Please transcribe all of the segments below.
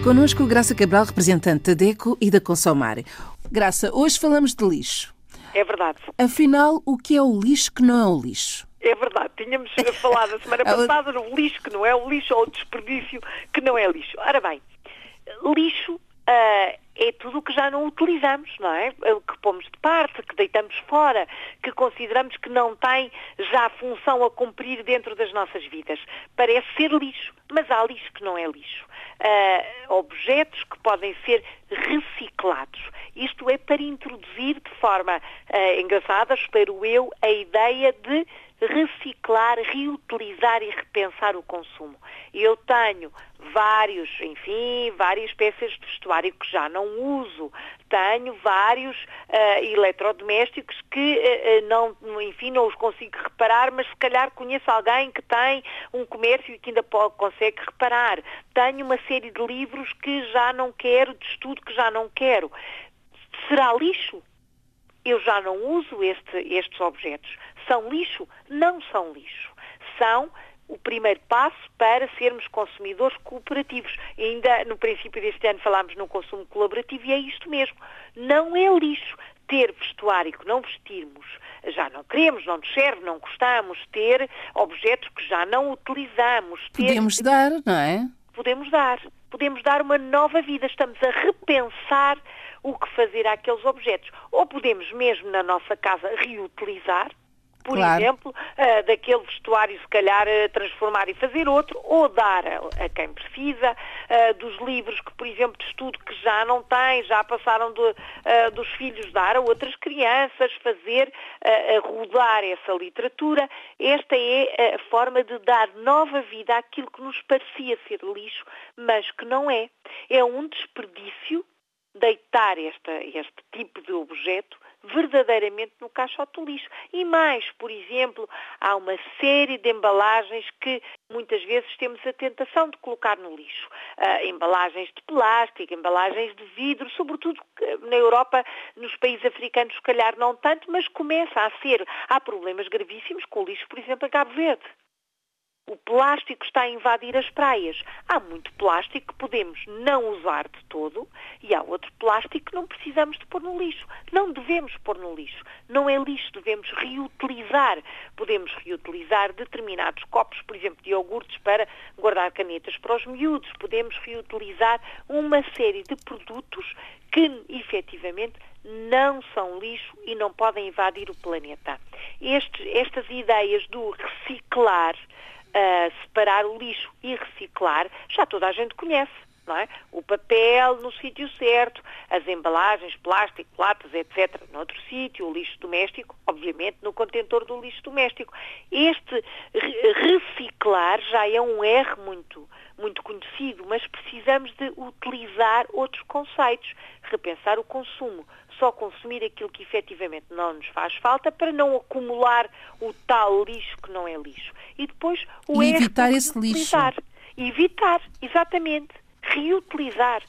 Connosco, Graça Cabral, representante da DECO e da Consomar. Graça, hoje falamos de lixo. É verdade. Afinal, o que é o lixo que não é o lixo? É verdade. Tínhamos falado a semana passada no lixo que não é o lixo ou o desperdício que não é lixo. Ora bem, lixo é tudo o que já não utilizamos, não é? O que pomos de parte, que deitamos fora, que consideramos que não tem já função a cumprir dentro das nossas vidas. Parece ser lixo, mas há lixo que não é lixo. Objetos que podem ser reciclados. Isto é para introduzir de forma engraçada, espero eu, a ideia de reciclar, reutilizar e repensar o consumo. Eu tenho várias peças de vestuário que já não uso. Tenho vários eletrodomésticos que não os consigo reparar, mas se calhar conheço alguém que tem um comércio e que ainda consegue reparar. Tenho uma série de livros que já não quero, de estudo que já não quero. Será lixo? Eu já não uso estes objetos. São lixo? Não são lixo. São o primeiro passo para sermos consumidores cooperativos. E ainda no princípio deste ano falámos no consumo colaborativo e é isto mesmo. Não é lixo ter vestuário que não vestirmos, já não queremos, não nos serve, não gostamos, ter objetos que já não utilizamos. Podemos dar, não é? Podemos dar uma nova vida. Estamos a repensar o que fazer àqueles objetos. Ou podemos mesmo na nossa casa reutilizar, por exemplo, daquele vestuário se calhar transformar e fazer outro, ou dar a quem precisa, dos livros que, por exemplo, de estudo que já não têm, já passaram dos filhos, dar a outras crianças, fazer rodar essa literatura. Esta é a forma de dar nova vida àquilo que nos parecia ser lixo, mas que não é. É um desperdício deitar este tipo de objeto verdadeiramente no caixote do lixo. E mais, por exemplo, há uma série de embalagens que muitas vezes temos a tentação de colocar no lixo. Embalagens de plástico, embalagens de vidro, sobretudo na Europa, nos países africanos se calhar não tanto, mas começa a ser. Há problemas gravíssimos com o lixo, por exemplo, em Cabo Verde. O plástico está a invadir as praias. Há muito plástico que podemos não usar de todo e há outro plástico que não precisamos de pôr no lixo. Não devemos pôr no lixo. Não é lixo, devemos reutilizar. Podemos reutilizar determinados copos, por exemplo, de iogurtes para guardar canetas para os miúdos. Podemos reutilizar uma série de produtos que, efetivamente, não são lixo e não podem invadir o planeta. Estas ideias do reciclar, separar o lixo e reciclar, já toda a gente conhece, não é? O papel no sítio certo, as embalagens, plástico, latas, etc., noutro sítio, o lixo doméstico, obviamente, no contentor do lixo doméstico. Este reciclar já é um R muito conhecido, mas precisamos de utilizar outros conceitos, repensar o consumo, só consumir aquilo que efetivamente não nos faz falta para não acumular o tal lixo que não é lixo. E depois o R, evitar esse lixo. Evitar, exatamente. Reutilizar,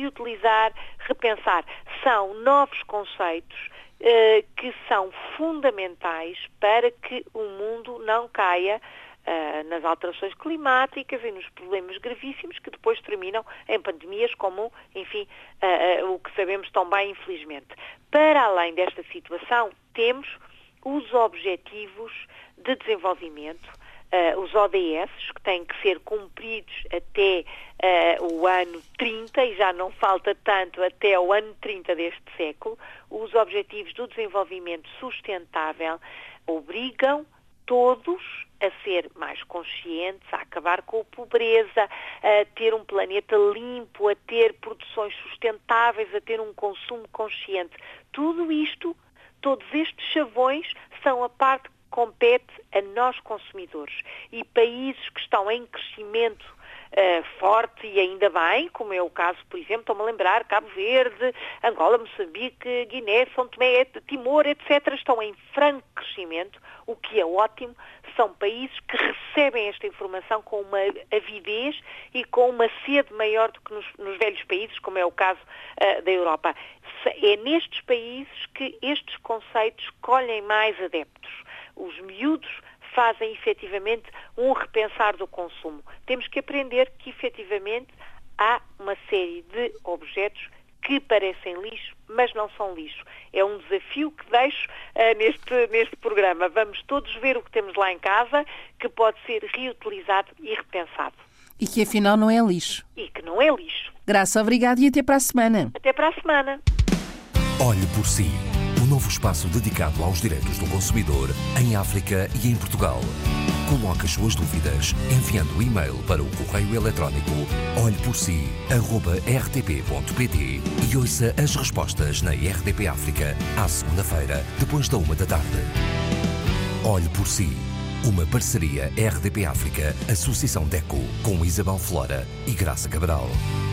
repensar. São novos conceitos que são fundamentais para que o mundo não caia nas alterações climáticas e nos problemas gravíssimos que depois terminam em pandemias como, enfim, o que sabemos tão bem, infelizmente. Para além desta situação, temos os Objetivos de Desenvolvimento, os ODS, que têm que ser cumpridos até o ano 30, e já não falta tanto até o ano 30 deste século. Os Objetivos do Desenvolvimento Sustentável obrigam todos a ser mais conscientes, a acabar com a pobreza, a ter um planeta limpo, a ter produções sustentáveis, a ter um consumo consciente. Tudo isto, todos estes chavões são a parte que compete a nós consumidores. E países que estão em crescimento forte, e ainda bem, como é o caso, por exemplo, estou-me a lembrar, Cabo Verde, Angola, Moçambique, Guiné, São Tomé, Timor, etc., estão em franco crescimento, o que é ótimo. São países que recebem esta informação com uma avidez e com uma sede maior do que nos velhos países, como é o caso da Europa. É nestes países que estes conceitos colhem mais adeptos. Os miúdos fazem efetivamente um repensar do consumo. Temos que aprender que efetivamente há uma série de objetos que parecem lixo, mas não são lixo. É um desafio que deixo neste programa. Vamos todos ver o que temos lá em casa, que pode ser reutilizado e repensado. E que afinal não é lixo. E que não é lixo. Graça, obrigado e até para a semana. Até para a semana. Olhe por si. Um novo espaço dedicado aos direitos do consumidor em África e em Portugal. Coloque as suas dúvidas enviando o e-mail para o correio eletrónico olheporsi@rtp.pt e ouça as respostas na RDP África à segunda-feira, depois da 13h. Olhe por si. Uma parceria RDP África, Associação DECO, com Isabel Flora e Graça Cabral.